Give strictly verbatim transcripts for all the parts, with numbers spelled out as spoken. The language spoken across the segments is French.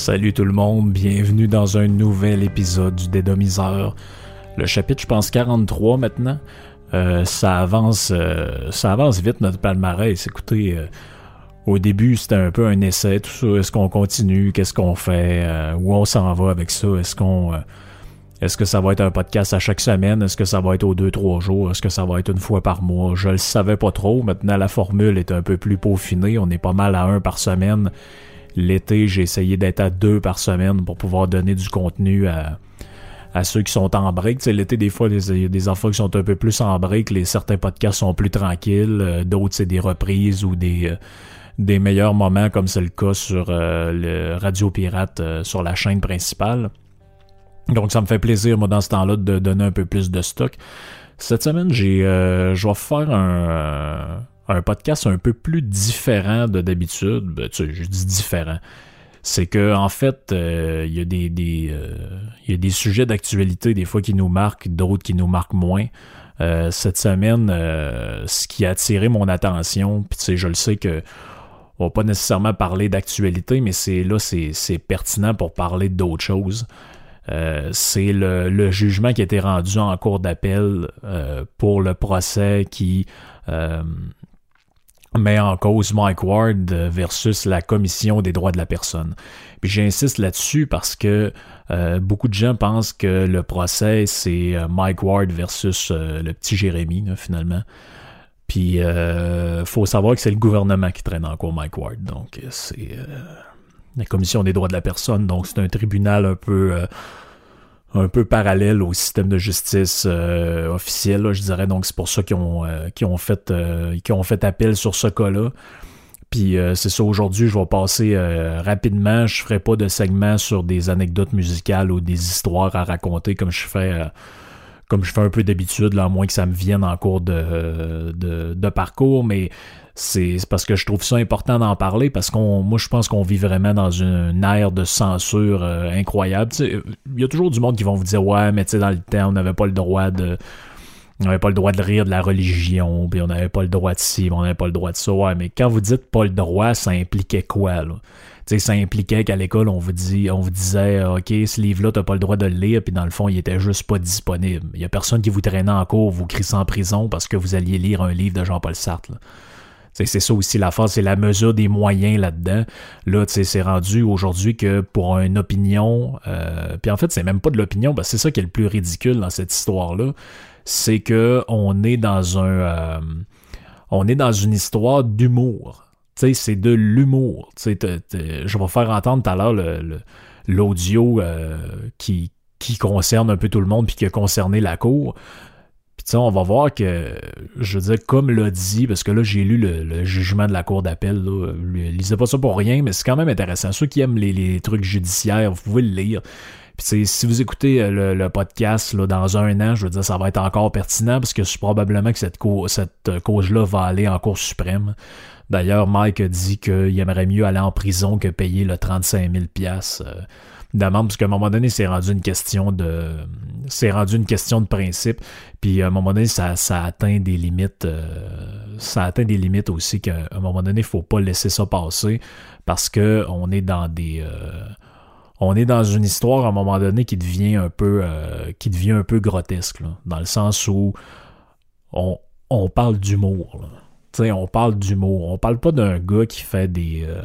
Salut tout le monde, bienvenue dans un nouvel épisode du Dédomiseur. Le chapitre, je pense, quarante-trois maintenant. Euh, ça avance euh, ça avance vite notre palmarès. Écoutez, euh, au début, c'était un peu un essai, tout ça. Est-ce qu'on continue? Qu'est-ce qu'on fait? Euh, où on s'en va avec ça? Est-ce qu'on... Euh, est-ce que ça va être un podcast à chaque semaine? Est-ce que ça va être aux deux, trois jours? Est-ce que ça va être une fois par mois? Je le savais pas trop. Maintenant, la formule est un peu plus peaufinée. On est pas mal à un par semaine. L'été, j'ai essayé d'être à deux par semaine pour pouvoir donner du contenu à, à ceux qui sont en break. Tu sais, l'été, des fois, il y a des enfants qui sont un peu plus en break. Les, certains podcasts sont plus tranquilles. Euh, d'autres, c'est des reprises ou des, euh, des meilleurs moments, comme c'est le cas sur euh, le Radio Pirate euh, sur la chaîne principale. Donc, ça me fait plaisir, moi, dans ce temps-là, de donner un peu plus de stock. Cette semaine, j'ai, euh, je vais faire un... Euh, un podcast un peu plus différent de d'habitude. Ben, tu sais, je dis différent. C'est que en fait, il euh, y a des, des, euh, y a des sujets d'actualité des fois qui nous marquent, d'autres qui nous marquent moins. Euh, cette semaine, euh, ce qui a attiré mon attention, puis tu sais, je le sais que on va pas nécessairement parler d'actualité, mais c'est là, c'est, c'est pertinent pour parler d'autres choses. Euh, c'est le, le jugement qui a été rendu en cour d'appel euh, pour le procès qui euh, met en cause Mike Ward versus la Commission des droits de la personne. Puis j'insiste là-dessus parce que euh, beaucoup de gens pensent que le procès, c'est euh, Mike Ward versus euh, le petit Jérémy, là, finalement. Puis euh, faut savoir que c'est le gouvernement qui traîne en cours Mike Ward. Donc c'est euh, la Commission des droits de la personne. Donc c'est un tribunal un peu... Euh, un peu parallèle au système de justice euh, officiel, là, je dirais. Donc, c'est pour ça qu'ils ont, euh, qu'ils ont, fait, euh, qu'ils ont fait appel sur ce cas-là. Puis, euh, c'est ça, aujourd'hui, je vais passer euh, rapidement. Je ferai pas de segment sur des anecdotes musicales ou des histoires à raconter comme je fais euh, comme je fais un peu d'habitude, là, à moins que ça me vienne en cours de, de, de parcours, mais c'est, c'est parce que je trouve ça important d'en parler, parce qu'on, moi, je pense qu'on vit vraiment dans une ère de censure euh, incroyable. Il y a toujours du monde qui vont vous dire « Ouais, mais tu sais, dans le temps, on n'avait pas le droit de... On n'avait pas le droit de rire de la religion, puis on n'avait pas le droit de ci, on n'avait pas le droit de ça. » Ouais, mais quand vous dites « pas le droit », ça impliquait quoi, là? Tu sais, ça impliquait qu'à l'école, on vous dit, on vous disait, OK, ce livre-là, t'as pas le droit de le lire, puis dans le fond, il était juste pas disponible. Il y a personne qui vous traînait en cours, vous crissait en prison parce que vous alliez lire un livre de Jean-Paul Sartre, là. C'est, c'est ça aussi l'affaire, c'est la mesure des moyens là-dedans. Là, tu sais, c'est rendu aujourd'hui que pour une opinion, euh, puis en fait, c'est même pas de l'opinion, parce que c'est ça qui est le plus ridicule dans cette histoire-là, c'est que on est dans un, euh, on est dans une histoire d'humour. Tu sais, c'est de l'humour. Tu sais, t'es, t'es, je vais faire entendre tout à l'heure le, le, l'audio euh, qui, qui concerne un peu tout le monde puis qui a concerné la cour. Puis tu sais, on va voir que, je veux dire, comme l'a dit, parce que là, j'ai lu le, le jugement de la cour d'appel, là, lisez pas ça pour rien, mais c'est quand même intéressant. Ceux qui aiment les, les trucs judiciaires, vous pouvez le lire. Puis tu sais, si vous écoutez le, le podcast là, dans un an, je veux dire, ça va être encore pertinent, parce que c'est probablement que cette, cause, cette cause-là va aller en Cour suprême. D'ailleurs, Mike a dit qu'il aimerait mieux aller en prison que payer le trente-cinq mille dollars euh, d'amende, parce qu'à un moment donné, c'est rendu une question de c'est rendu une question de principe. Puis à un moment donné, ça, ça atteint des limites. Euh, ça atteint des limites aussi qu'à un moment donné, il faut pas laisser ça passer, parce que on est dans des euh, on est dans une histoire à un moment donné qui devient un peu euh, qui devient un peu grotesque, là, dans le sens où on, on parle d'humour, là. Tu sais, on parle d'humour. On parle pas d'un gars qui fait des... Euh...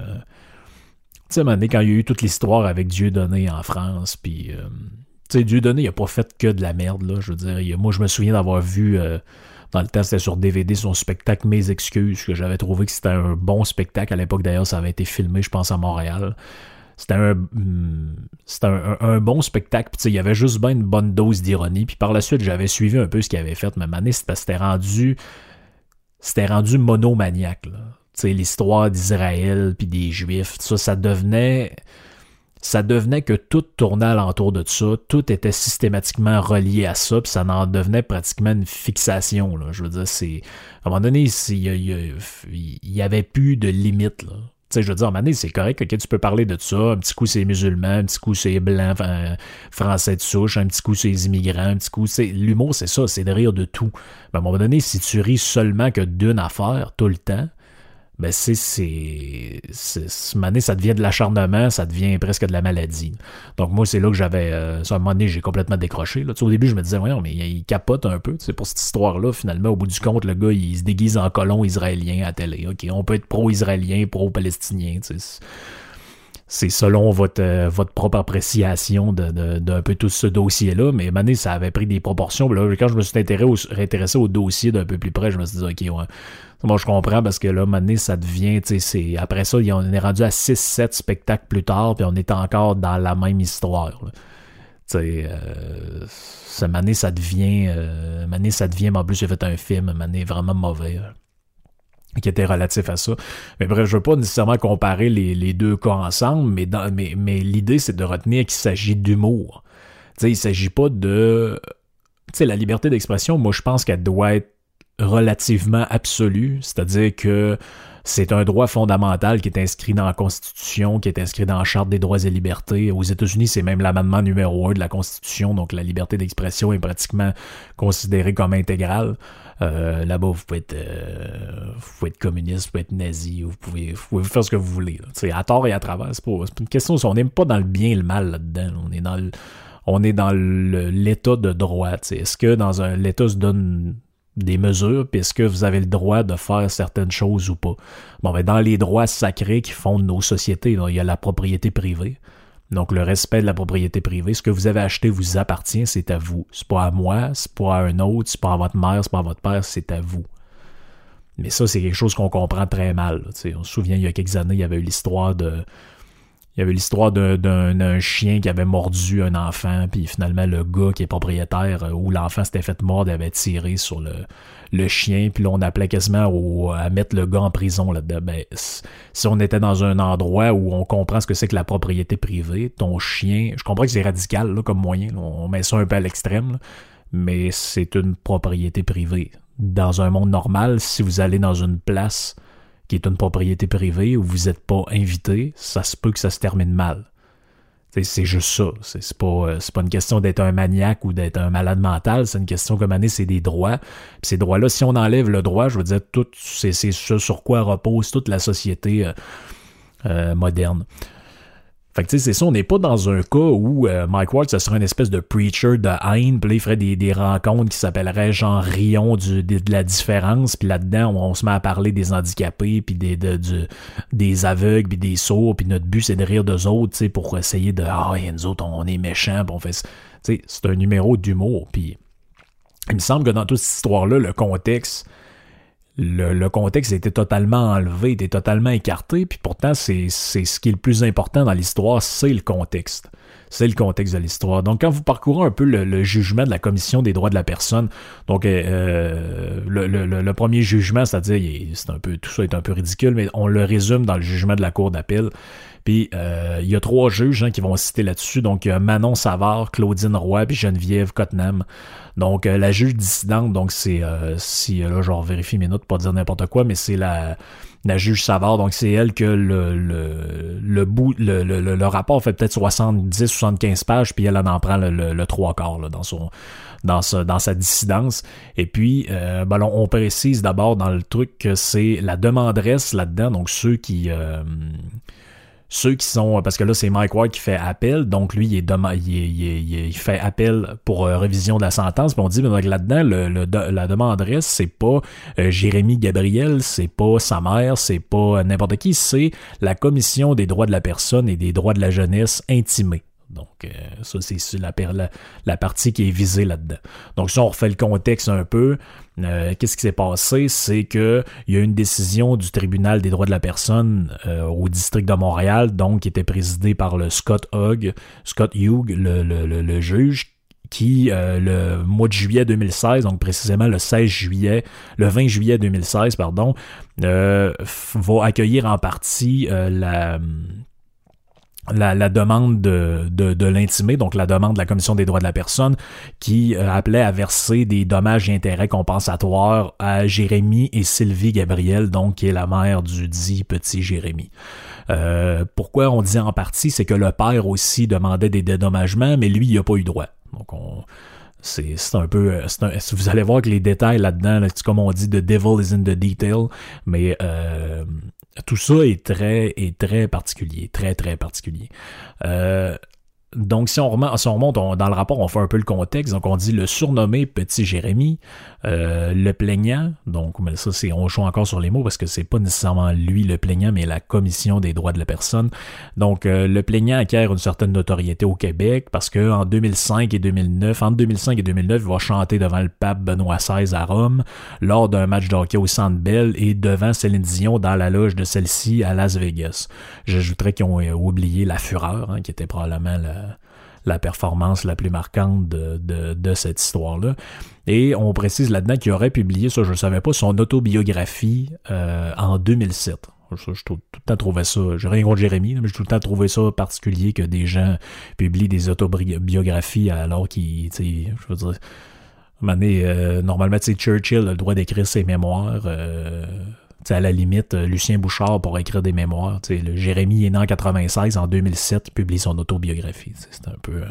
Tu sais, à un moment donné, quand il y a eu toute l'histoire avec Dieudonné en France, puis... Euh... Tu sais, Dieudonné, il a pas fait que de la merde, là. Je veux dire, il... moi, je me souviens d'avoir vu... Euh... Dans le temps, c'était sur D V D, son spectacle « Mes excuses », que j'avais trouvé que c'était un bon spectacle. À l'époque, d'ailleurs, ça avait été filmé, je pense, à Montréal. C'était un... C'était un, un, un bon spectacle. Puis, tu sais, il y avait juste bien une bonne dose d'ironie. Puis par la suite, j'avais suivi un peu ce qu'il avait fait. Mais à un moment donné, c'était, c'était rendu... C'était rendu monomaniaque, là. Tu sais, l'histoire d'Israël puis des Juifs, ça, ça devenait... Ça devenait que tout tournait alentour de ça, tout était systématiquement relié à ça, puis ça en devenait pratiquement une fixation, là. Je veux dire, c'est... À un moment donné, il y, y, y avait plus de limite, là. Tu sais, je veux dire, à un moment donné, c'est correct, ok, tu peux parler de ça, un petit coup c'est musulman, un petit coup c'est blanc, enfin, français de souche, un petit coup c'est les immigrants, un petit coup c'est... L'humour, c'est ça, c'est de rire de tout. Mais à un moment donné, si tu ris seulement que d'une affaire, tout le temps, ben c'est, c'est, c'est, c'est mané, ça devient de l'acharnement, ça devient presque de la maladie. Donc moi, c'est là que j'avais, euh, à un moment donné, j'ai complètement décroché. Là. Tu sais, au début, je me disais, voyons, mais il capote un peu. Tu sais, pour cette histoire-là, finalement, au bout du compte, le gars, il se déguise en colon israélien à la télé. OK, on peut être pro-israélien, pro-palestinien. Tu sais, c'est selon votre, euh, votre propre appréciation de, de, d'un peu tout ce dossier-là, mais mané, ça avait pris des proportions. Là, quand je me suis intéressé au, intéressé au dossier d'un peu plus près, je me suis dit, OK, ouais. Moi, je comprends parce que là, mané, ça devient, tu sais, c'est, après ça, on est rendu à six sept spectacles plus tard, puis on est encore dans la même histoire. Tu sais, euh, ce mané, ça devient, euh, mané, ça devient, mais en plus, j'ai fait un film, mané, vraiment mauvais. Là, qui était relatif à ça. Mais bref, je veux pas nécessairement comparer les, les deux cas ensemble, mais, dans, mais, mais l'idée, c'est de retenir qu'il s'agit d'humour. Tu sais, il s'agit pas de... Tu sais, la liberté d'expression, moi, je pense qu'elle doit être relativement absolue, c'est-à-dire que c'est un droit fondamental qui est inscrit dans la Constitution, qui est inscrit dans la Charte des droits et libertés. Aux États-Unis, c'est même l'amendement numéro un de la Constitution, donc la liberté d'expression est pratiquement considérée comme intégrale. Euh, là-bas, vous pouvez être, euh, vous pouvez être communiste, vous pouvez être nazi, vous pouvez, vous pouvez faire ce que vous voulez. C'est à tort et à travers. C'est pas, c'est pas une question. On n'est pas dans le bien et le mal là-dedans. On est dans le, on est dans le, l'état de droit. T'sais. Est-ce que dans un l'État se donne des mesures, puis est-ce que vous avez le droit de faire certaines choses ou pas? Bon, ben dans les droits sacrés qui fondent nos sociétés, là, il y a la propriété privée. Donc, le respect de la propriété privée. Ce que vous avez acheté vous appartient, c'est à vous. C'est pas à moi, c'est pas à un autre, c'est pas à votre mère, c'est pas à votre père, c'est à vous. Mais ça, c'est quelque chose qu'on comprend très mal. Là, on se souvient, il y a quelques années, il y avait eu l'histoire de... Il y avait l'histoire d'un, d'un, d'un chien qui avait mordu un enfant, puis finalement, le gars qui est propriétaire, où l'enfant s'était fait mordre, avait tiré sur le, le chien, puis là, on appelait quasiment au, à mettre le gars en prison là-dedans. Ben, si on était dans un endroit où on comprend ce que c'est que la propriété privée, ton chien, je comprends que c'est radical là, comme moyen, là, on met ça un peu à l'extrême, là, mais c'est une propriété privée. Dans un monde normal, si vous allez dans une place qui est une propriété privée où vous n'êtes pas invité, ça se peut que ça se termine mal. T'sais, c'est juste ça. C'est, c'est, pas, c'est pas une question d'être un maniaque ou d'être un malade mental, c'est une question comme année, c'est des droits. Puis ces droits-là, si on enlève le droit, je veux dire, tout, c'est, c'est ce sur quoi repose toute la société euh, euh, moderne. Fait que tu sais, c'est ça, on n'est pas dans un cas où euh, Mike Ward, ça serait une espèce de preacher de haine, puis là, il ferait des, des rencontres qui s'appelleraient genre Rion du, de, de la différence, puis là-dedans, on, on se met à parler des handicapés, puis des, de, du, des aveugles, puis des sourds, puis notre but, c'est de rire d'eux autres, tu sais, pour essayer de « Ah, oh, nous autres, on est méchants, puis on fait ça. » Tu sais, c'est un numéro d'humour, puis il me semble que dans toute cette histoire-là, le contexte... Le, le contexte était totalement enlevé, était totalement écarté, puis pourtant, c'est, c'est ce qui est le plus important dans l'histoire, c'est le contexte. C'est le contexte de l'histoire. Donc, quand vous parcourez un peu le, le jugement de la Commission des droits de la personne, donc euh, le, le, le premier jugement, c'est-à-dire, il est, c'est un peu, tout ça est un peu ridicule, mais on le résume dans le jugement de la Cour d'appel. Puis, euh, il y a trois juges hein, qui vont citer là-dessus. Donc, il y a Manon Savard, Claudine Roy, puis Geneviève Cottenham. Donc, euh, la juge dissidente, donc c'est, euh, si là, je vérifie mes notes pour pas dire n'importe quoi, mais c'est la, la juge Savard. Donc, c'est elle que le, le, le bout, le, le, le rapport fait peut-être soixante-dix soixante-quinze pages, puis elle en, en prend le, le, le trois quarts là, dans son, dans sa, dans sa dissidence. Et puis, euh, ben, on, on précise d'abord dans le truc que c'est la demanderesse là-dedans, donc ceux qui, euh, Ceux qui sont, parce que là, c'est Mike Ward qui fait appel, donc lui, il, est dema- il, est, il, est, il fait appel pour euh, révision de la sentence, puis on dit, mais donc, là-dedans, le, le, la demanderesse, c'est pas euh, Jérémy Gabriel, c'est pas sa mère, c'est pas n'importe qui, c'est la Commission des droits de la personne et des droits de la jeunesse intimés. Donc, euh, ça, c'est la, la, la partie qui est visée là-dedans. Donc, si on refait le contexte un peu, euh, qu'est-ce qui s'est passé? C'est que il y a une décision du tribunal des droits de la personne euh, au district de Montréal, donc qui était présidée par le Scott Hugh, Scott Hugh, le, le, le, le juge, qui, euh, le mois de juillet deux mille seize, donc précisément le seize juillet, le vingt juillet deux mille seize, pardon, euh, va accueillir en partie euh, la... La, la demande de, de, de l'intimé, donc la demande de la Commission des droits de la personne qui euh, appelait à verser des dommages et intérêts compensatoires à Jérémy et Sylvie Gabriel, donc qui est la mère du dit petit Jérémy. Euh, pourquoi on dit en partie, c'est que le père aussi demandait des dédommagements, mais lui, il n'a pas eu droit. Donc on... c'est, c'est un peu... C'est un, vous allez voir que les détails là-dedans, là, comme on dit, « the devil is in the detail », mais euh, tout ça est très, est très particulier, très, très particulier. Euh, Donc, si on remonte, si on remonte on, dans le rapport, on fait un peu le contexte. Donc, on dit le surnommé Petit Jérémy, euh, le plaignant. Donc, mais ça, c'est, on joue encore sur les mots parce que c'est pas nécessairement lui le plaignant, mais la Commission des droits de la personne. Donc, euh, le plaignant acquiert une certaine notoriété au Québec parce que en deux mille cinq et deux mille neuf, entre deux mille cinq et deux mille neuf, il va chanter devant le pape Benoît seize à Rome lors d'un match de hockey au Centre Bell et devant Céline Dion dans la loge de celle-ci à Las Vegas. J'ajouterais qu'ils ont oublié La Fureur, hein, qui était probablement la la performance la plus marquante de, de, de cette histoire-là. Et on précise là-dedans qu'il aurait publié, ça je ne savais pas, son autobiographie euh, en deux mille sept. Ça, je tout le temps trouvé ça, j'ai rien contre Jérémy, mais j'ai tout le temps trouvé ça particulier que des gens publient des autobiographies alors qu'ils, tu sais, je veux dire, à un moment donné, euh, normalement, tu sais, Churchill a le droit d'écrire ses mémoires, euh, T'sais, à la limite, Lucien Bouchard pourrait écrire des mémoires. T'sais, le Jérémy est né en quatre-vingt-seize, en deux mille sept, publie son autobiographie. C'est un peu... Euh,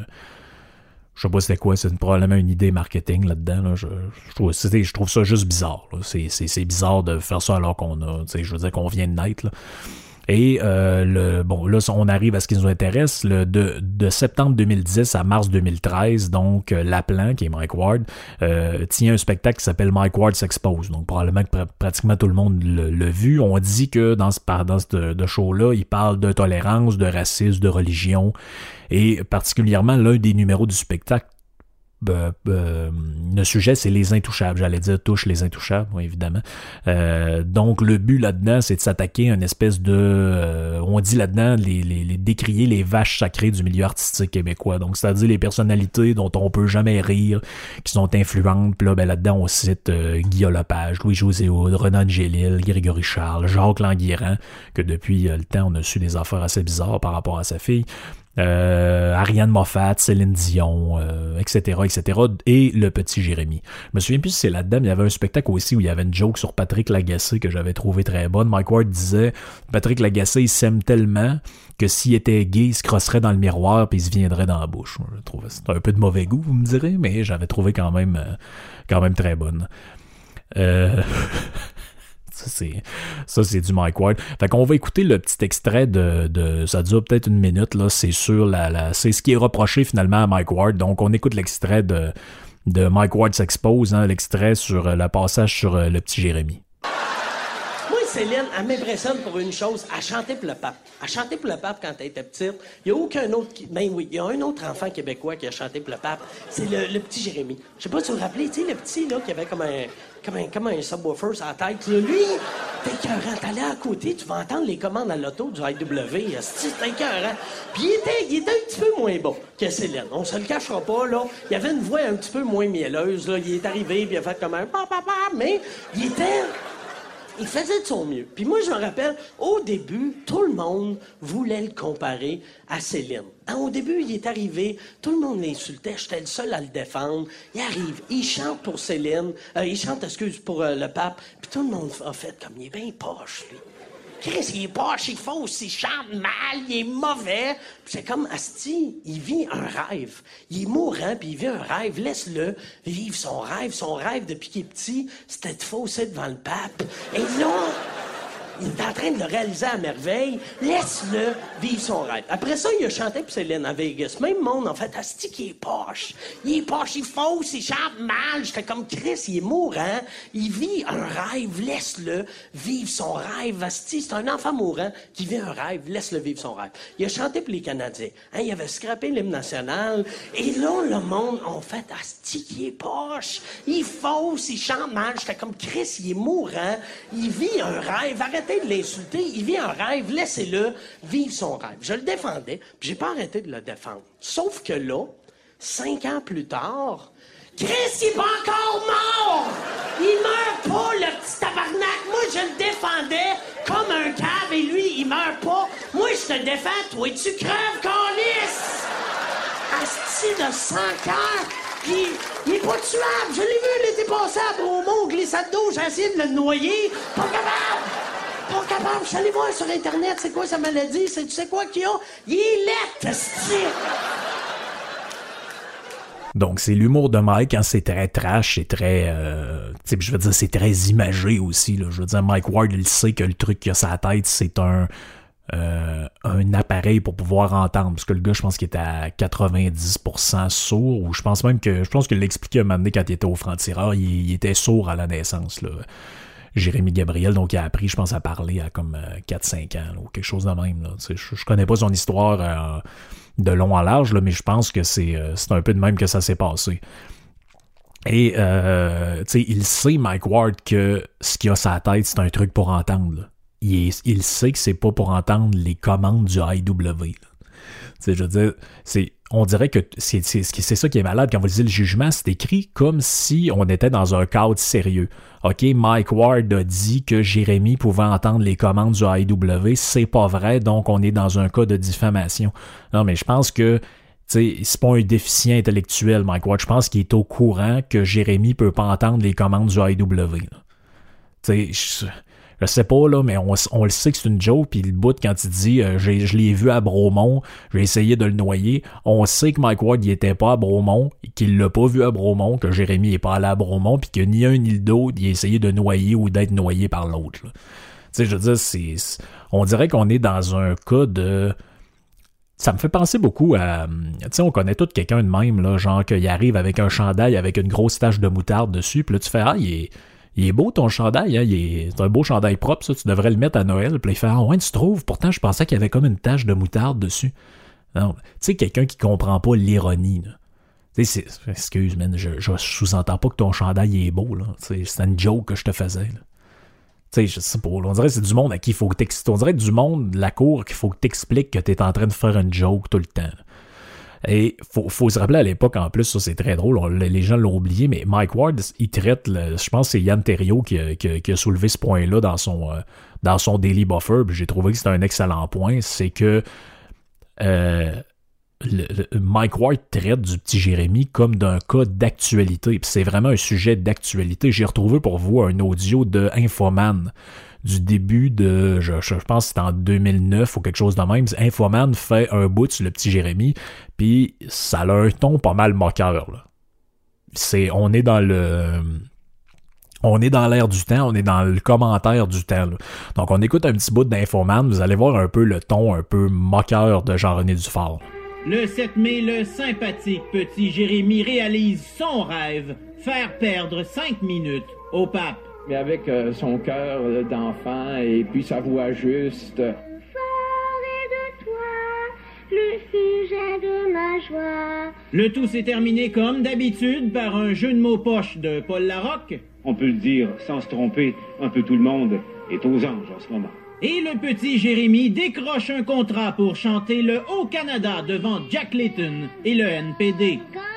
je sais pas c'était quoi, c'est probablement une idée marketing là-dedans. Là. Je, je, trouve, je trouve ça juste bizarre. C'est, c'est, c'est bizarre de faire ça alors qu'on a... Je veux dire qu'on vient de naître. Là. Et euh, le bon là on arrive à ce qui nous intéresse le de, de septembre deux mille dix à mars deux mille treize, donc euh, Laplan qui est Mike Ward euh, tient un spectacle qui s'appelle Mike Ward s'expose, donc probablement que pr- pratiquement tout le monde l'a, l'a vu. On dit que dans ce dans ce de show là il parle de tolérance, de racisme, de religion, et particulièrement l'un des numéros du spectacle. Euh, euh, le sujet, c'est les intouchables. J'allais dire touche les intouchables, oui, évidemment. Euh, donc, le but là-dedans, c'est de s'attaquer à une espèce de... Euh, on dit là-dedans, les, les, les décrier les vaches sacrées du milieu artistique québécois. Donc, c'est-à-dire les personnalités dont on peut jamais rire, qui sont influentes. Puis là, ben, là-dedans, on cite euh, Guy Lepage, Louis-José Hood, Renan Angélil, Grégory Charles, Jacques Languirand, que depuis euh, le temps, on a su des affaires assez bizarres par rapport à sa fille. Euh, Ariane Moffat, Céline Dion, euh, et cetera, et cetera, et le Petit Jérémy. Je me souviens plus si c'est là-dedans, mais il y avait un spectacle aussi où il y avait une joke sur Patrick Lagacé que j'avais trouvé très bonne. Mike Ward disait, Patrick Lagacé, il s'aime tellement que s'il était gay, il se crosserait dans le miroir puis il se viendrait dans la bouche. Je trouvais c'est un peu de mauvais goût, vous me direz, mais j'avais trouvé quand même, euh, quand même très bonne. Euh... Ça c'est, ça, c'est du Mike Ward. Fait qu'on va écouter le petit extrait de, de ça dure peut-être une minute, là. C'est sur la, la, c'est ce qui est reproché finalement à Mike Ward. Donc, on écoute l'extrait de, de Mike Ward s'expose, hein, l'extrait sur euh, le passage sur euh, le Petit Jérémy. Moi, Céline, elle m'impressionne pour une chose. Elle chantait pour le pape. Elle chantait pour le pape quand elle était petite. Il n'y a aucun autre... Qui... Ben oui, il y a un autre enfant québécois qui a chanté pour le pape. C'est le, le Petit Jérémy. Je sais pas si vous vous rappelez, tu sais, le petit, là, qui avait comme un... Comme un, comme un subwoofer sur la tête. Là, lui, t'es écœurant. T'allais à côté, tu vas entendre les commandes à l'auto du I W. C'est écœurant. Puis il était, il était un petit peu moins bon que Céline. On se le cachera pas, là. Il avait une voix un petit peu moins mielleuse, là. Il est arrivé, puis il a fait comme un papa, mais il était... Il faisait de son mieux. Puis moi, je me rappelle, au début, tout le monde voulait le comparer à Céline. Hein, au début, il est arrivé, tout le monde l'insultait, j'étais le seul à le défendre. Il arrive, il chante pour Céline, euh, il chante, excuse, pour euh, le pape, puis tout le monde a fait comme, il est bien poche, lui. Chris, il est poche, il fausse, il chante mal, il est mauvais. Puis c'est comme, asti, il vit un rêve. Il est mourant, puis il vit un rêve. Laisse-le vivre son rêve. Son rêve, depuis qu'il est petit, c'était de fausser devant le pape. Et là, il est en train de le réaliser à merveille. Laisse-le vivre son rêve. Après ça, il a chanté pour Céline à Vegas. Même monde, en fait, asti, qui est poche. Il est poche, il fausse, il chante mal. J'étais comme Chris, il est mourant. Il vit un rêve. Laisse-le vivre son rêve. Asti, c'est un enfant mourant qui vit un rêve. Laisse-le vivre son rêve. Il a chanté pour les Canadiens. Hein, il avait scrappé l'hymne national. Et là, le monde, en fait, asti, qui est poche. Il fausse, il chante mal. J'étais comme Chris, il est mourant. Il vit un rêve. Arrêtez de l'insulter, il vit un rêve, laissez-le vivre son rêve. Je le défendais, puis j'ai pas arrêté de le défendre. Sauf que là, cinq ans plus tard, Chris, il est pas encore mort! Il meurt pas, le petit tabarnak! Moi, je le défendais comme un cave, et lui, il meurt pas. Moi, je te défends, toi, tu crèves, câlisse! Asti de sang cœur! Puis, il est pas tuable! Je l'ai vu l'été passé à Bromont, glissade d'eau, j'ai essayé de le noyer. Pas capable! Pas capable, je suis allé voir sur Internet, c'est quoi sa maladie, c'est, tu sais quoi qu'il y a? Il est laid, esti! Donc, c'est l'humour de Mike, hein, c'est très trash, c'est très... Euh, je veux dire, c'est très imagé aussi. Là. Je veux dire, Mike Ward, il sait que le truc qu'il a sur la tête, c'est un... Euh, un appareil pour pouvoir entendre, parce que le gars, je pense qu'il était à quatre-vingt-dix pour cent sourd, ou je pense même que je pense qu'il l'expliquait un moment donné quand il était au franc-tireur, il, il était sourd à la naissance, là. Jérémy Gabriel, donc il a appris, je pense, à parler à comme quatre cinq ans, là, ou quelque chose de même, là. Je, je connais pas son histoire euh, de long en large, là, mais je pense que c'est, euh, c'est un peu de même que ça s'est passé. Et euh, tu sais, il sait, Mike Ward, que ce qu'il a sur la tête, c'est un truc pour entendre, là. Il, est, il sait que c'est pas pour entendre les commandes du I W. Je veux dire, c'est, on dirait que c'est, c'est, c'est ça qui est malade quand vous lisez le jugement, c'est écrit comme si on était dans un cadre sérieux. OK, Mike Ward a dit que Jérémy pouvait entendre les commandes du I W, c'est pas vrai, donc on est dans un cas de diffamation. Non, mais je pense que t'sais, c'est pas un déficient intellectuel, Mike Ward. Je pense qu'il est au courant que Jérémy peut pas entendre les commandes du I W. Tu sais, je... Je sais pas, là, mais on, on le sait que c'est une joke, puis le bout, quand il dit euh, j'ai, je l'ai vu à Bromont, j'ai essayé de le noyer, on sait que Mike Ward, il était pas à Bromont, qu'il l'a pas vu à Bromont, que Jérémy est pas allé à Bromont, puis que ni un ni l'autre, il a essayé de noyer ou d'être noyé par l'autre. Tu sais, je veux dire, c'est, c'est... on dirait qu'on est dans un cas de... Ça me fait penser beaucoup à... Tu sais, on connaît tous quelqu'un de même, là, genre qu'il arrive avec un chandail avec une grosse tache de moutarde dessus, puis là, tu fais « Ah, il est... Il est beau ton chandail, hein? Il est... C'est un beau chandail propre, ça, tu devrais le mettre à Noël. » Puis il fait « Ah ouais, tu trouves? Pourtant, je pensais qu'il y avait comme une tache de moutarde dessus. » Non, tu sais, quelqu'un qui comprend pas l'ironie, là. Tu sais, c'est... Excuse, man, je, je sous-entends pas que ton chandail est beau, là. Tu sais, c'est une joke que je te faisais, là. Tu sais, je sais pas, là, on dirait que c'est du monde à qui il faut que t'expliques. On dirait du monde de la cour qu'il faut que t'expliques que t'es en train de faire une joke tout le temps, là. Et faut, faut se rappeler à l'époque, en plus, ça c'est très drôle, on, les gens l'ont oublié, mais Mike Ward, il traite, le, je pense que c'est Yann Terriot qui a, qui, a, qui a soulevé ce point-là dans son, euh, dans son Daily Buffer, puis j'ai trouvé que c'était un excellent point, c'est que euh, le, le, Mike Ward traite du petit Jérémy comme d'un cas d'actualité, puis c'est vraiment un sujet d'actualité. J'ai retrouvé pour vous un audio de Infoman, du début de, je, je pense que c'était en deux mille neuf ou quelque chose de même. Infoman fait un bout sur le petit Jérémy, puis ça a un ton pas mal moqueur, là. C'est, on est dans le... On est dans l'air du temps, on est dans le commentaire du temps, là. Donc on écoute un petit bout d'Infoman, vous allez voir un peu le ton un peu moqueur de Jean-René Dufort. Le sept mai, le sympathique petit Jérémy réalise son rêve, faire perdre cinq minutes au pape. Mais avec euh, son cœur euh, d'enfant et puis sa voix juste. Ferai de toi le sujet de ma joie. Le tout s'est terminé comme d'habitude par un jeu de mots poche de Paul Larocque. On peut le dire sans se tromper, un peu tout le monde est aux anges en ce moment. Et le petit Jérémy décroche un contrat pour chanter le Haut-Canada devant Jack Layton et le N P D.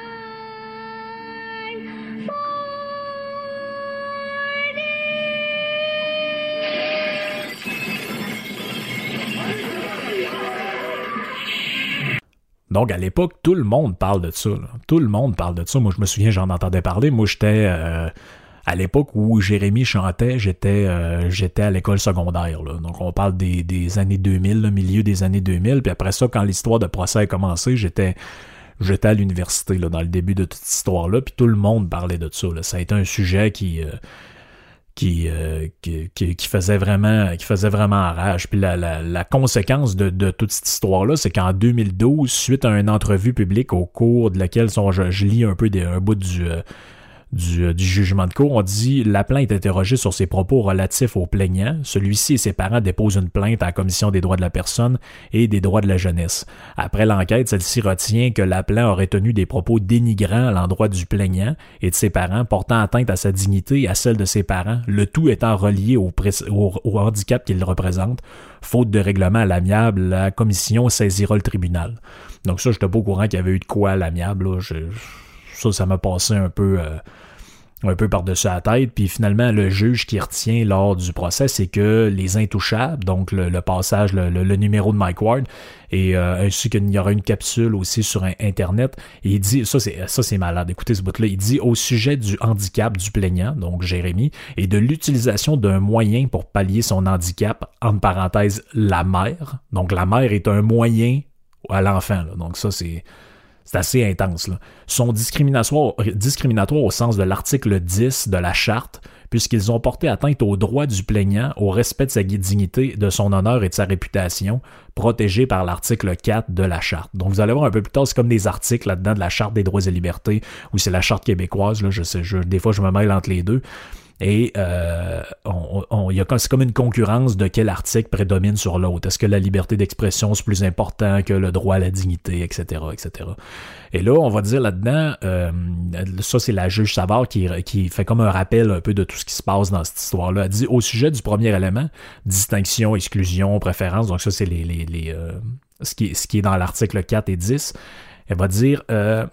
Donc, à l'époque, tout le monde parle de ça, là. Tout le monde parle de ça. Moi, je me souviens, j'en entendais parler. Moi, j'étais... Euh, à l'époque où Jérémy chantait, j'étais euh, j'étais à l'école secondaire, là. Donc, on parle des, des années deux mille, le milieu des années deux mille. Puis après ça, quand l'histoire de procès a commencé, j'étais... J'étais à l'université, là, dans le début de toute cette histoire-là. Puis tout le monde parlait de ça, là. Ça a été un sujet qui... Euh, Qui, euh, qui, qui, qui faisait vraiment qui faisait vraiment rage. Puis la, la, la conséquence de, de toute cette histoire-là, c'est qu'en deux mille douze, suite à une entrevue publique au cours de laquelle sont, je, je lis un peu des, un bout du, euh, du, du jugement de cour, on dit « L'appelant est interrogé sur ses propos relatifs au plaignant. Celui-ci et ses parents déposent une plainte à la Commission des droits de la personne et des droits de la jeunesse. Après l'enquête, celle-ci retient que l'appelant aurait tenu des propos dénigrants à l'endroit du plaignant et de ses parents, portant atteinte à sa dignité et à celle de ses parents, le tout étant relié au, pré- au, au handicap qu'il représente. Faute de règlement à l'amiable, la Commission saisira le tribunal. » Donc ça, je n'étais pas au courant qu'il y avait eu de quoi à l'amiable, là. Je, ça, ça m'a passé un peu... Euh, un peu par-dessus la tête, puis finalement, le juge qui retient lors du procès, c'est que les intouchables, donc le, le passage, le, le, le numéro de Mike Ward, et euh, ainsi qu'il y aura une capsule aussi sur Internet, et il dit, ça c'est ça c'est malade, écoutez ce bout-là, il dit au sujet du handicap du plaignant, donc Jérémy, et de l'utilisation d'un moyen pour pallier son handicap, entre parenthèses, la mère, donc la mère est un moyen à l'enfant, là. Donc ça c'est... C'est assez intense, là. Sont discriminatoires, discriminatoires au sens de l'article dix de la Charte, puisqu'ils ont porté atteinte aux droits du plaignant, au respect de sa dignité, de son honneur et de sa réputation, protégés par l'article quatre de la Charte. Donc, vous allez voir un peu plus tard, c'est comme des articles là-dedans de la Charte des droits et libertés, ou c'est la Charte québécoise, là, je sais, je, des fois, je me mêle entre les deux. Et euh, on, on, y a, c'est comme une concurrence de quel article prédomine sur l'autre. Est-ce que la liberté d'expression c'est plus important que le droit à la dignité, et cetera, et cetera. Et là, on va dire là-dedans, euh, ça c'est la juge Savard qui, qui fait comme un rappel un peu de tout ce qui se passe dans cette histoire-là. Elle dit au sujet du premier élément, distinction, exclusion, préférence, donc ça c'est les, les, les euh, ce, qui, ce qui est dans l'article quatre et dix, elle va dire... Euh,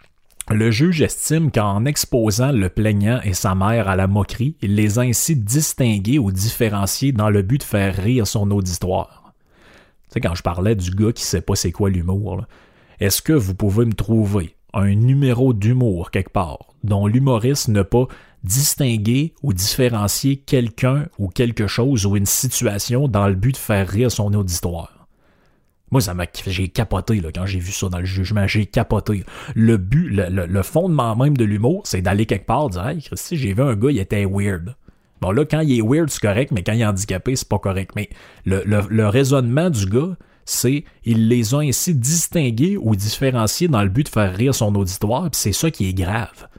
Le juge estime qu'en exposant le plaignant et sa mère à la moquerie, il les a ainsi distingués ou différenciés dans le but de faire rire son auditoire. Tu sais, quand je parlais du gars qui sait pas c'est quoi l'humour, là, est-ce que vous pouvez me trouver un numéro d'humour quelque part dont l'humoriste n'a pas distingué ou différencié quelqu'un ou quelque chose ou une situation dans le but de faire rire son auditoire? Moi, ça m'a, j'ai capoté là, quand j'ai vu ça dans le jugement. J'ai capoté. Le but, le, le, le fondement même de l'humour, c'est d'aller quelque part dire « Hey, Christy, j'ai vu un gars, il était weird. » Bon, là, quand il est weird, c'est correct, mais quand il est handicapé, c'est pas correct. Mais le, le, le raisonnement du gars, c'est il les a ainsi distingués ou différenciés dans le but de faire rire son auditoire, puis c'est ça qui est grave.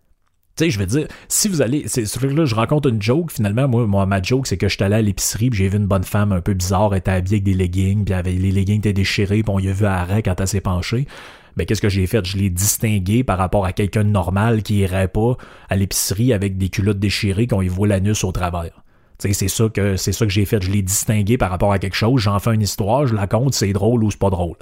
Tu sais, je veux dire, si vous allez... C'est sûr que là, je raconte une joke, finalement, moi, moi ma joke, c'est que j'étais allé à l'épicerie, puis j'ai vu une bonne femme un peu bizarre, elle était habillée avec des leggings, puis avait, les leggings étaient déchirés, puis on y a vu à arrêt quand elle s'est penchée. Ben, qu'est-ce que j'ai fait? Je l'ai distingué par rapport à quelqu'un de normal qui irait pas à l'épicerie avec des culottes déchirées qu'on y voit l'anus au travers. Tu sais, c'est ça que, c'est ça que j'ai fait. Je l'ai distingué par rapport à quelque chose, j'en fais une histoire, je la compte, c'est drôle ou c'est pas drôle.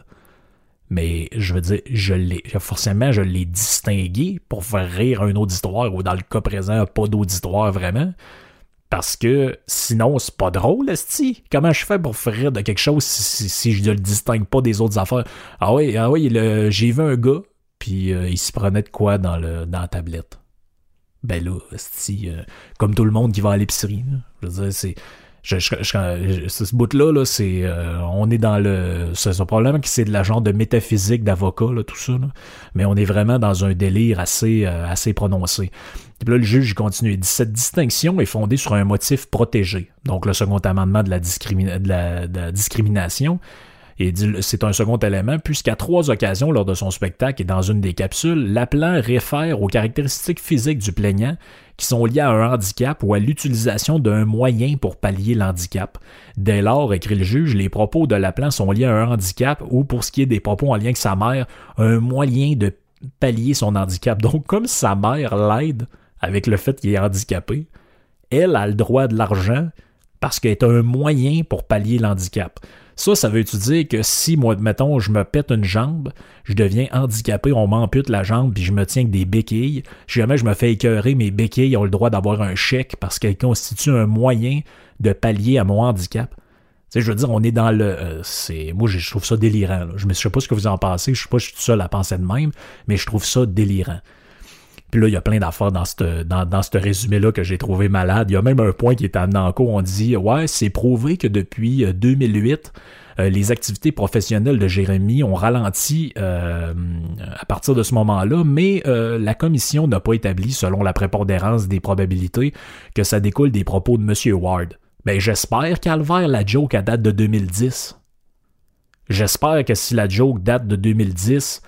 Mais je veux dire, je l'ai forcément je l'ai distingué pour faire rire un auditoire ou dans le cas présent, pas d'auditoire vraiment. Parce que sinon, c'est pas drôle, esti. Comment je fais pour faire rire de quelque chose si, si, si je ne le distingue pas des autres affaires? Ah oui, ah oui, le, j'ai vu un gars, puis euh, il s'y prenait de quoi dans, le, dans la tablette? Ben là, esti, euh, comme tout le monde qui va à l'épicerie. Là. Je veux dire, c'est... Je, je, je, ce bout-là, là, c'est, euh, on est dans le, c'est un problème que c'est de la genre de métaphysique d'avocat, là, tout ça, là. Mais on est vraiment dans un délire assez, euh, assez prononcé. Puis là, le juge continue. Il dit, cette distinction est fondée sur un motif protégé. Donc, le second amendement de la, discrimina- de la, de la discrimination. Et il dit, c'est un second élément, puisqu'à trois occasions lors de son spectacle et dans une des capsules, l'appelant réfère aux caractéristiques physiques du plaignant qui sont liées à un handicap ou à l'utilisation d'un moyen pour pallier l'handicap. Dès lors, écrit le juge, les propos de l'appelant sont liés à un handicap ou, pour ce qui est des propos en lien avec sa mère, un moyen de pallier son handicap. Donc, comme sa mère l'aide avec le fait qu'il est handicapé, elle a le droit de l'argent parce qu'elle est un moyen pour pallier l'handicap. Ça, ça veut-tu dire que si, moi, mettons, je me pète une jambe, je deviens handicapé, on m'ampute la jambe, puis je me tiens avec des béquilles, si jamais je me fais écœurer, mes béquilles ont le droit d'avoir un chèque parce qu'elles constituent un moyen de pallier à mon handicap. Tu sais, je veux dire, on est dans le... Euh, c'est moi, je trouve ça délirant. Là. Je ne sais pas ce que vous en pensez, je sais pas si je suis tout seul à penser de même, mais je trouve ça délirant. Puis là, il y a plein d'affaires dans ce dans, dans ce résumé-là que j'ai trouvé malade. Il y a même un point qui est amené en cours. On dit, ouais, c'est prouvé que depuis deux mille huit, euh, les activités professionnelles de Jérémy ont ralenti euh, à partir de ce moment-là, mais euh, la commission n'a pas établi, selon la prépondérance des probabilités, que ça découle des propos de M. Ward. Ben, j'espère, Calvaire, la joke à date de deux mille dix. J'espère que si la joke date de deux mille dix...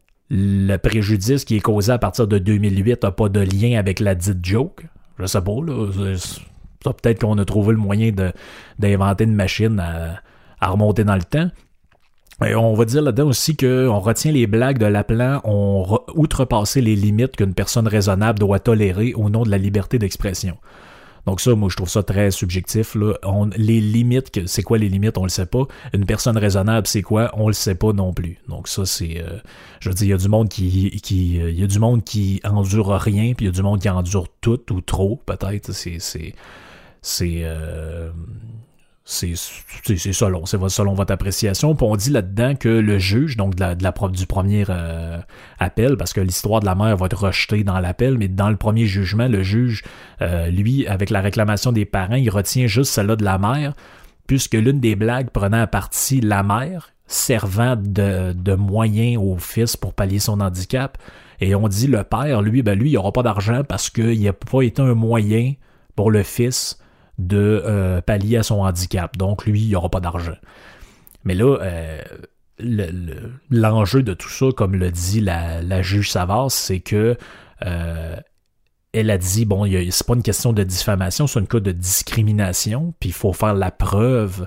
le préjudice qui est causé à partir de deux mille huit n'a pas de lien avec la dite joke. Je sais pas, là. C'est, ça, peut-être qu'on a trouvé le moyen de, d'inventer une machine à, à remonter dans le temps. Et on va dire là-dedans aussi qu'on retient les blagues de l'appelant, on re, outrepassé les limites qu'une personne raisonnable doit tolérer au nom de la liberté d'expression. Donc ça, moi, je trouve ça très subjectif. Là. On, les limites, c'est quoi les limites? On le sait pas. Une personne raisonnable, c'est quoi? On le sait pas non plus. Donc ça, c'est... Euh, je veux dire, il y a du monde qui... qui il euh, y a du monde qui endure rien, puis il y a du monde qui endure tout ou trop, peut-être. C'est... C'est... C'est... Euh, C'est, c'est, c'est selon, c'est selon votre appréciation. Puis on dit là-dedans que le juge, donc de la, de la du premier euh, appel, parce que l'histoire de la mère va être rejetée dans l'appel, mais dans le premier jugement, le juge, euh, lui, avec la réclamation des parents, il retient juste celle-là de la mère, puisque l'une des blagues prenant à partie la mère, servant de, de moyen au fils pour pallier son handicap. Et on dit le père, lui, ben lui, il n'aura pas d'argent parce qu'il n'a pas été un moyen pour le fils de euh, pallier à son handicap. Donc, lui, il n'aura pas d'argent. Mais là, euh, le, le, l'enjeu de tout ça, comme le dit la, la juge Savard, c'est que euh, elle a dit, bon, il y a, c'est pas une question de diffamation, c'est un cas de discrimination, puis il faut faire la preuve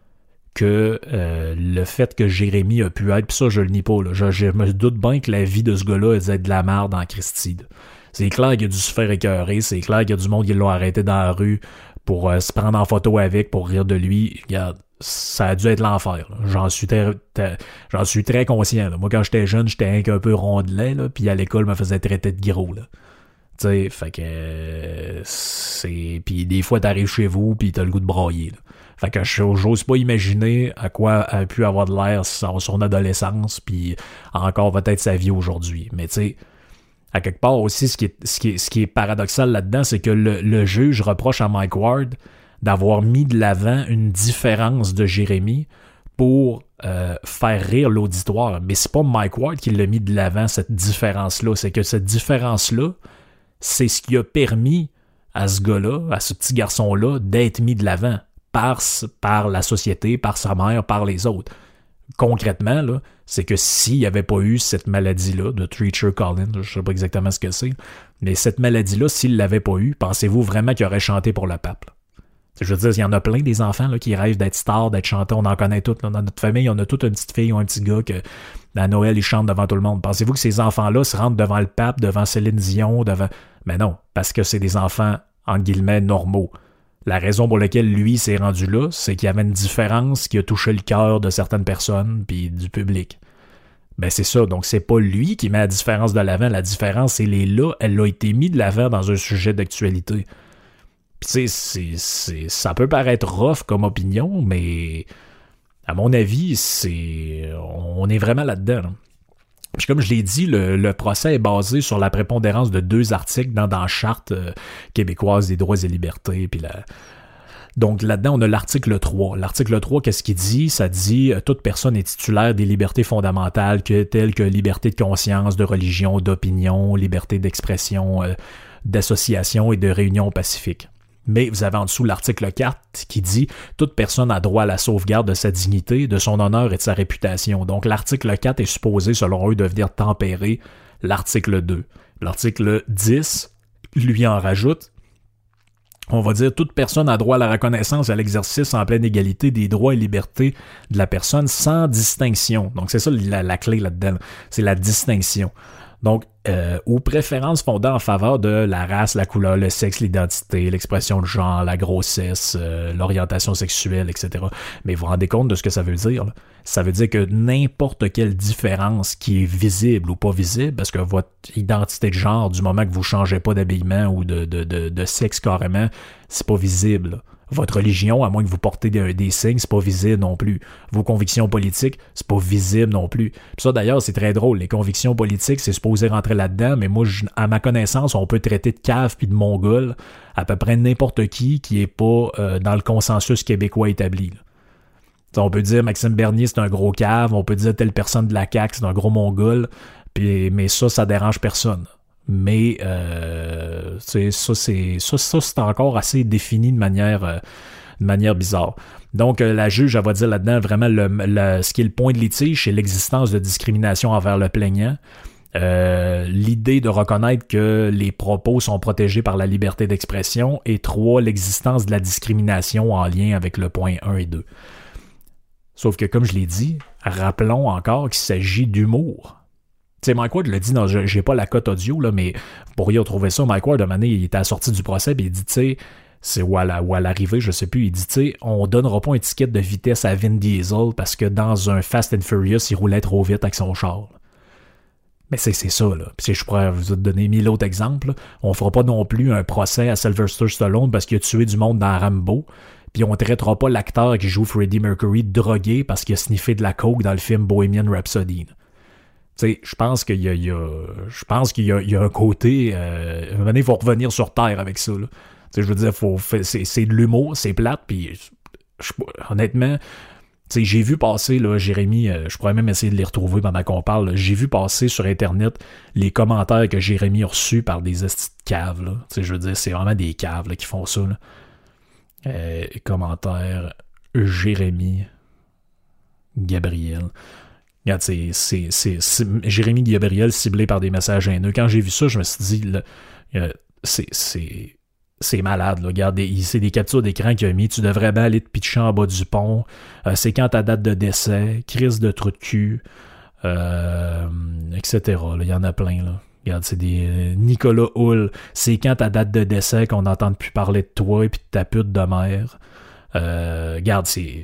que euh, le fait que Jérémy a pu être, puis ça, je le nie pas, là, je, je me doute bien que la vie de ce gars-là, elle est de la merde en Christie. Là. C'est clair qu'il a dû se faire écœurer, c'est clair qu'il y a du monde qui l'a arrêté dans la rue pour euh, se prendre en photo avec, pour rire de lui. Regarde, ça a dû être l'enfer. Là. J'en suis très, très, j'en suis très conscient. Là. Moi, quand j'étais jeune, j'étais un peu rondelet, là, puis à l'école, me faisait traiter de gros. Là. Tu sais, fait que euh, c'est... Puis des fois, t'arrives chez vous, puis t'as le goût de brailler. Là. Fait que j'ose pas imaginer à quoi a pu avoir de l'air son, son adolescence, puis encore peut-être sa vie aujourd'hui. Mais tu sais, à quelque part aussi, ce qui est, ce qui est, ce qui est paradoxal là-dedans, c'est que le, le juge reproche à Mike Ward d'avoir mis de l'avant une différence de Jérémy pour euh, faire rire l'auditoire. Mais c'est pas Mike Ward qui l'a mis de l'avant, cette différence-là. C'est que cette différence-là, c'est ce qui a permis à ce gars-là, à ce petit garçon-là, d'être mis de l'avant par, par la société, par sa mère, par les autres. Concrètement, là, c'est que s'il n'y avait pas eu cette maladie-là de Treacher-Collins, je ne sais pas exactement ce que c'est, mais cette maladie-là, s'il ne l'avait pas eu, pensez-vous vraiment qu'il aurait chanté pour le pape? Là? Je veux dire, il y en a plein des enfants là, qui rêvent d'être stars, d'être chanteurs, on en connaît tous. Là. Dans notre famille, on a toute une petite fille ou un petit gars que à Noël, ils chantent devant tout le monde. Pensez-vous que ces enfants-là se rendent devant le pape, devant Céline Dion, devant... Mais non, parce que c'est des enfants, entre guillemets, normaux. La raison pour laquelle lui s'est rendu là, c'est qu'il y avait une différence qui a touché le cœur de certaines personnes puis du public. Ben c'est ça, donc c'est pas lui qui met la différence de l'avant, la différence elle est là, elle a été mise de l'avant dans un sujet d'actualité. Puis tu sais, c'est, c'est, ça peut paraître rough comme opinion, mais à mon avis, c'est on est vraiment là-dedans. Là. Puis comme je l'ai dit, le, le procès est basé sur la prépondérance de deux articles dans, dans la Charte euh, québécoise des droits et libertés. Puis la... Donc là-dedans, on a l'article trois. L'article trois, qu'est-ce qu'il dit? Ça dit euh, « Toute personne est titulaire des libertés fondamentales que, telles que liberté de conscience, de religion, d'opinion, liberté d'expression, euh, d'association et de réunion pacifique. » Mais vous avez en dessous l'article quatre qui dit « Toute personne a droit à la sauvegarde de sa dignité, de son honneur et de sa réputation. » Donc l'article quatre est supposé, selon eux, de venir tempérer l'article deux. L'article dix, lui en rajoute, on va dire « Toute personne a droit à la reconnaissance et à l'exercice en pleine égalité des droits et libertés de la personne sans distinction. » Donc c'est ça la, la clé là-dedans, c'est la distinction. Donc, euh, aux préférences fondées en faveur de la race, la couleur, le sexe, l'identité, l'expression de genre, la grossesse, euh, l'orientation sexuelle, et cetera. Mais vous vous rendez compte de ce que ça veut dire, là? Ça veut dire que n'importe quelle différence qui est visible ou pas visible, parce que votre identité de genre, du moment que vous changez pas d'habillement ou de, de, de, de sexe carrément, c'est pas visible, là. Votre religion, à moins que vous portez des, des signes, c'est pas visible non plus. Vos convictions politiques, c'est pas visible non plus. Puis ça, d'ailleurs, c'est très drôle. Les convictions politiques, c'est supposé rentrer là-dedans, mais moi, je, à ma connaissance, on peut traiter de cave puis de mongol à peu près n'importe qui qui est pas euh, dans le consensus québécois établi. Là. On peut dire Maxime Bernier, c'est un gros cave. On peut dire telle personne de la C A Q, c'est un gros mongol. Puis, mais ça, ça dérange personne. Mais euh, c'est, ça, c'est, ça, ça, c'est encore assez défini de manière, euh, de manière bizarre. Donc, euh, la juge, elle va dire là-dedans vraiment le, le, ce qui est le point de litige, c'est l'existence de discrimination envers le plaignant. Euh, l'idée de reconnaître que les propos sont protégés par la liberté d'expression. Et trois, l'existence de la discrimination en lien avec le point un et deux. Sauf que, comme je l'ai dit, rappelons encore qu'il s'agit d'humour. Tu sais, Mike Ward l'a dit, dans, j'ai pas la cote audio, là, mais vous pourriez retrouver ça. Mike Ward, à un moment donné, il était à la sortie du procès, puis il dit, tu sais, c'est ou à, la, ou à l'arrivée, je sais plus, il dit, tu sais, on donnera pas un ticket de vitesse à Vin Diesel parce que dans un Fast and Furious, il roulait trop vite avec son char. Mais c'est, c'est ça, là. Puis je pourrais vous donner mille autres exemples. On fera pas non plus un procès à Sylvester Stallone parce qu'il a tué du monde dans Rambo. Puis on traitera pas l'acteur qui joue Freddie Mercury de drogué parce qu'il a sniffé de la coke dans le film Bohemian Rhapsody. Tu sais, je pense qu'il y a, il y a, je pense qu'il y a, il y a un côté, euh, à un moment donné, il faut revenir sur terre avec ça, là. Tu sais, je veux dire, faut, c'est, c'est de l'humour, c'est plate, puis je, honnêtement, Tu sais, j'ai vu passer, là, Jérémy, euh, je pourrais même essayer de les retrouver pendant qu'on parle, là, j'ai vu passer sur Internet les commentaires que Jérémy a reçus par des estis de caves, là. Tu sais, je veux dire, c'est vraiment des caves, là, qui font ça, là. Euh, commentaires, Jérémy Gabriel. Regarde, c'est, c'est, c'est, c'est Jérémy Gabriel ciblé par des messages haineux. Quand j'ai vu ça, je me suis dit, là, euh, c'est... c'est C'est malade, là. Regarde, c'est des captures d'écran qu'il a mis. Tu devrais bien aller te pitcher en bas du pont. Euh, c'est quand ta date de décès. Crise de trou de cul. Euh, et cetera. Il y en a plein, là. Regarde, c'est des... Euh, Nicolas Hull. C'est quand ta date de décès qu'on n'entend plus parler de toi et puis de ta pute de mère. Euh, regarde, c'est...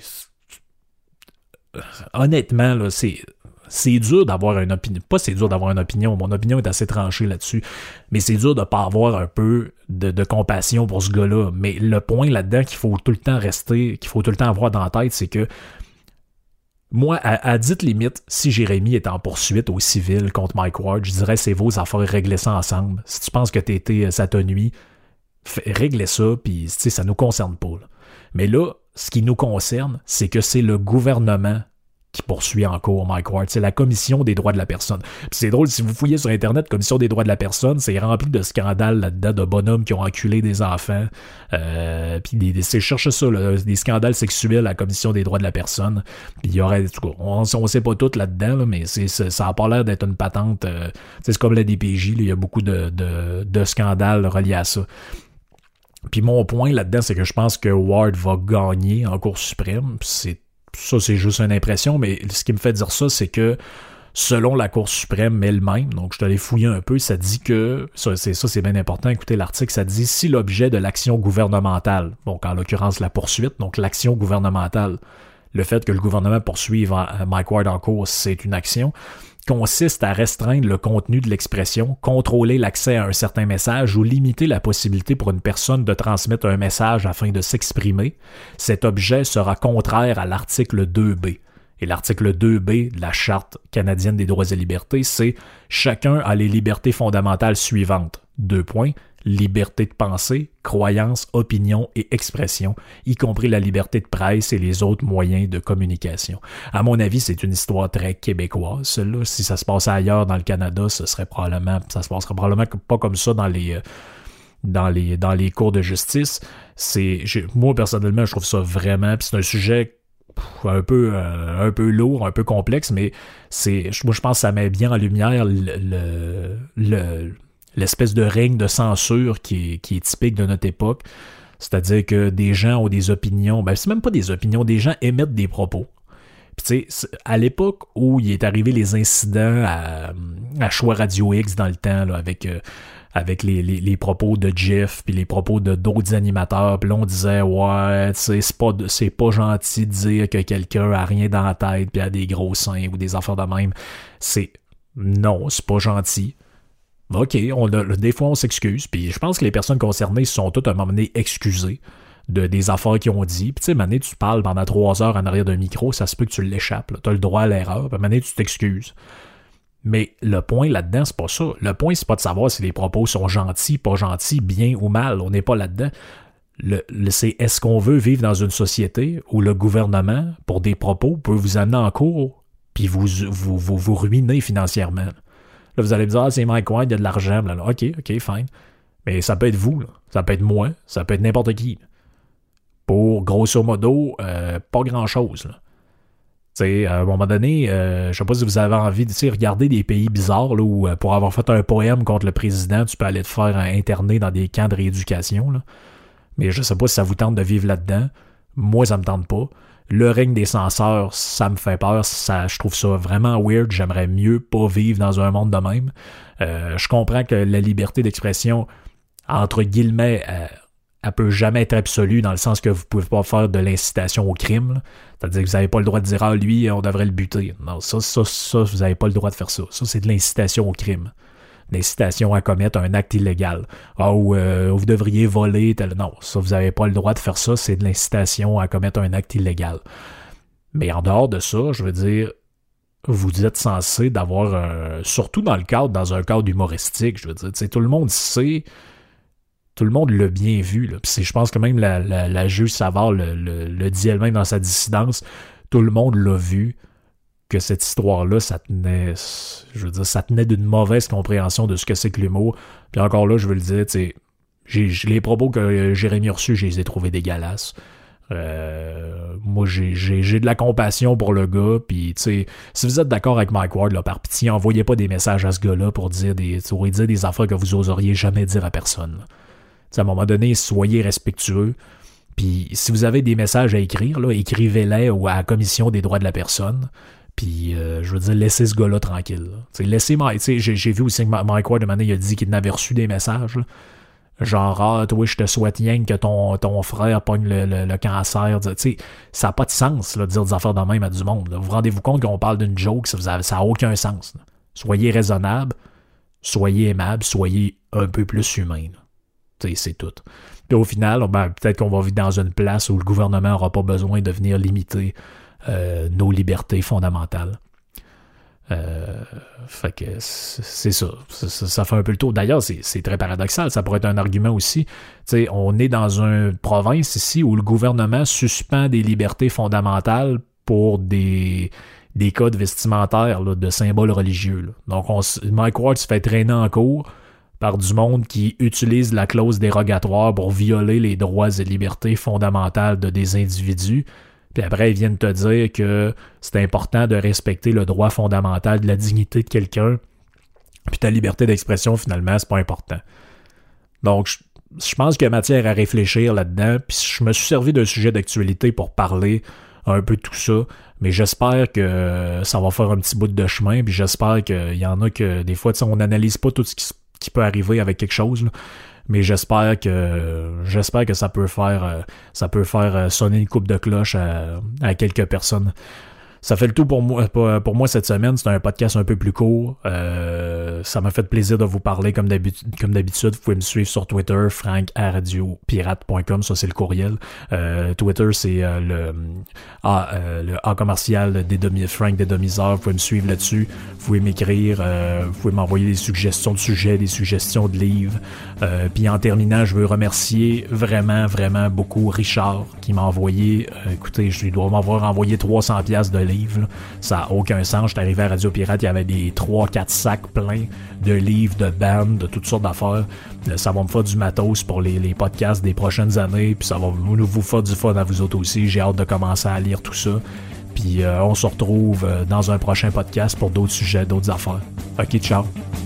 Honnêtement, là, c'est... C'est dur d'avoir une opinion. Pas c'est dur d'avoir une opinion. Mon opinion est assez tranchée là-dessus. Mais c'est dur de pas avoir un peu de, de compassion pour ce gars-là. Mais le point là-dedans qu'il faut tout le temps rester, qu'il faut tout le temps avoir dans la tête, c'est que moi, à, à dite limite, si Jérémy est en poursuite au civil contre Mike Ward, je dirais c'est vos affaires, régler ça ensemble. Si tu penses que t'es été, ça te nuit, réglez ça, puis ça nous concerne pas. Là. Mais là, ce qui nous concerne, c'est que c'est le gouvernement qui poursuit en cours Mike Ward. C'est la Commission des droits de la personne. Puis c'est drôle, si vous fouillez sur Internet, Commission des droits de la personne, c'est rempli de scandales là-dedans, de bonhommes qui ont enculé des enfants. Euh, puis des, des, c'est cherche ça, là, des scandales sexuels à la Commission des droits de la personne. Puis il y aurait, on, on sait pas tout là-dedans, là, mais c'est, c'est, ça a pas l'air d'être une patente. Euh, c'est comme la D P J, il y a beaucoup de, de, de scandales reliés à ça. Puis mon point là-dedans, c'est que je pense que Ward va gagner en Cour suprême. C'est Ça, c'est juste une impression, mais ce qui me fait dire ça, c'est que selon la Cour suprême elle-même, donc je suis allé fouiller un peu, ça dit que, ça c'est, ça c'est bien important, écoutez l'article, ça dit si l'objet de l'action gouvernementale, donc en l'occurrence la poursuite, donc l'action gouvernementale, le fait que le gouvernement poursuive Mike Ward en cours, c'est une action, consiste à restreindre le contenu de l'expression, contrôler l'accès à un certain message ou limiter la possibilité pour une personne de transmettre un message afin de s'exprimer, cet objet sera contraire à l'article deux B. Et l'article deux B de la Charte canadienne des droits et libertés, c'est « Chacun a les libertés fondamentales suivantes. » Deux points. Liberté de pensée, croyance, opinion et expression, y compris la liberté de presse et les autres moyens de communication. À mon avis, c'est une histoire très québécoise. Celle-là, si ça se passait ailleurs dans le Canada, ce serait probablement, ça se passerait probablement pas comme ça dans les, dans les, dans les cours de justice. C'est, j'ai, moi personnellement, je trouve ça vraiment, puis c'est un sujet un peu, euh, un peu lourd, un peu complexe, mais c'est, moi je pense que ça met bien en lumière le, le, le l'espèce de règne de censure qui est, qui est typique de notre époque. C'est-à-dire que des gens ont des opinions, ben c'est même pas des opinions, des gens émettent des propos. Puis tu sais, à l'époque où il est arrivé les incidents à, à Choix Radio X dans le temps, là, avec, euh, avec les, les, les propos de Jeff, puis les propos de d'autres animateurs, puis là on disait, ouais, tu sais, c'est pas, c'est pas gentil de dire que quelqu'un a rien dans la tête, puis a des gros seins, ou des affaires de même. C'est, non, c'est pas gentil. OK, on a, des fois on s'excuse, puis je pense que les personnes concernées se sont toutes à un moment donné excusées de des affaires qu'ils ont dit. Puis tu sais, à un moment donné, tu parles pendant trois heures en arrière d'un micro, ça se peut que tu l'échappes, tu as le droit à l'erreur, puis à un moment donné, tu t'excuses. Mais le point là-dedans, c'est pas ça. Le point, c'est pas de savoir si les propos sont gentils, pas gentils, bien ou mal, on n'est pas là-dedans. Le, le, c'est est-ce qu'on veut vivre dans une société où le gouvernement, pour des propos, peut vous amener en cours, puis vous vous, vous, vous ruiner financièrement. Là, vous allez me dire, ah, c'est Mike Ward, il y a de l'argent. Là, là. OK, OK, fine. Mais ça peut être vous, là. Ça peut être moi, ça peut être n'importe qui. Pour, grosso modo, euh, pas grand-chose. Tu sais, à un moment donné, euh, je sais pas si vous avez envie de regarder des pays bizarres là, où euh, pour avoir fait un poème contre le président, tu peux aller te faire interner dans des camps de rééducation. Là. Mais je sais pas si ça vous tente de vivre là-dedans. Moi, ça me tente pas. Le règne des censeurs, ça me fait peur. Ça, je trouve ça vraiment weird. J'aimerais mieux pas vivre dans un monde de même. Euh, je comprends que la liberté d'expression, entre guillemets, euh, elle peut jamais être absolue dans le sens que vous pouvez pas faire de l'incitation au crime. Là. C'est-à-dire que vous n'avez pas le droit de dire « Ah, lui, on devrait le buter ». Non, ça, ça, ça, vous n'avez pas le droit de faire ça. Ça, c'est de l'incitation au crime. L'incitation à commettre un acte illégal. Ah, ou euh, vous devriez voler. Tel... Non, ça, vous n'avez pas le droit de faire ça. C'est de l'incitation à commettre un acte illégal. Mais en dehors de ça, je veux dire, vous êtes censé d'avoir un... Surtout dans le cadre, dans un cadre humoristique, je veux dire, tu sais, tout le monde sait... Tout le monde l'a bien vu. Là. Puis je pense que même la, la, la juge Savard le, le, le dit elle-même dans sa dissidence. tout le monde l'a vu, que cette histoire-là, ça tenait, je veux dire, ça tenait d'une mauvaise compréhension de ce que c'est que l'humour. Puis encore là, je veux le dire, tu sais, j'ai, j'ai, les propos que Jérémy a reçus, je les ai trouvés dégueulasses. Euh, moi, j'ai, j'ai, j'ai de la compassion pour le gars, puis tu sais, si vous êtes d'accord avec Mike Ward, là, par pitié, envoyez pas des messages à ce gars-là pour dire des, pour dire des affaires que vous oseriez jamais dire à personne. À un moment donné, soyez respectueux. Puis si vous avez des messages à écrire, là, écrivez-les ou à la commission des droits de la personne. Puis euh, je veux dire, laissez ce gars-là tranquille. Là. Laissez Mike. J'ai, j'ai vu aussi que Mike Ward, de manière, il a dit qu'il n'avait reçu des messages. Là. Genre, ah, toi, je te souhaite rien que ton, ton frère pogne le, le, le cancer. T'sais, ça n'a pas de sens là, de dire des affaires de même à du monde. Là. Vous rendez-vous compte qu'on parle d'une joke, ça n'a aucun sens. Là. Soyez raisonnable, soyez aimable, soyez un peu plus humain. C'est tout. Puis au final, ben, peut-être qu'on va vivre dans une place où le gouvernement n'aura pas besoin de venir limiter euh, nos libertés fondamentales. Euh, fait que c'est ça. ça. Ça fait un peu le tour. D'ailleurs, c'est, c'est très paradoxal. Ça pourrait être un argument aussi. T'sais, on est dans une province ici où le gouvernement suspend des libertés fondamentales pour des, des codes vestimentaires, là, de symboles religieux. Là. Donc, on, Mike Ward se fait traîner en cours par du monde qui utilise la clause dérogatoire pour violer les droits et libertés fondamentales de des individus. Puis après, ils viennent te dire que c'est important de respecter le droit fondamental de la dignité de quelqu'un. Puis ta liberté d'expression, finalement, c'est pas important. Donc, je, je pense qu'il y a matière à réfléchir là-dedans. Puis je me suis servi d'un sujet d'actualité pour parler un peu de tout ça. Mais j'espère que ça va faire un petit bout de chemin. Puis j'espère qu'il y en a que des fois, on n'analyse pas tout ce qui, qui peut arriver avec quelque chose, là. Mais j'espère que j'espère que ça peut faire ça peut faire sonner une coupe de cloche à, à quelques personnes. Ça fait le tout pour moi pour moi cette semaine. C'est un podcast un peu plus court. Euh, ça m'a fait plaisir de vous parler comme d'habitude. Comme d'habitude, vous pouvez me suivre sur Twitter, frank à radio pirate point com. Ça, c'est le courriel. Euh, Twitter, c'est euh, le A, euh, le A commercial des demi Frank des demi-heures. Vous pouvez me suivre là-dessus. Vous pouvez m'écrire. Euh, vous pouvez m'envoyer des suggestions de sujets, des suggestions de livres. Euh, puis en terminant, je veux remercier vraiment, vraiment beaucoup Richard qui m'a envoyé. Euh, écoutez, je lui dois m'avoir envoyé trois cents piastres de livres. Là. Ça n'a aucun sens. J'étais arrivé à Radio Pirate, il y avait des trois quatre sacs pleins de livres, de bandes, de toutes sortes d'affaires. Ça va me faire du matos pour les, les podcasts des prochaines années, puis ça va vous, vous faire du fun à vous autres aussi. J'ai hâte de commencer à lire tout ça. Puis euh, on se retrouve dans un prochain podcast pour d'autres sujets, d'autres affaires. Ok, ciao!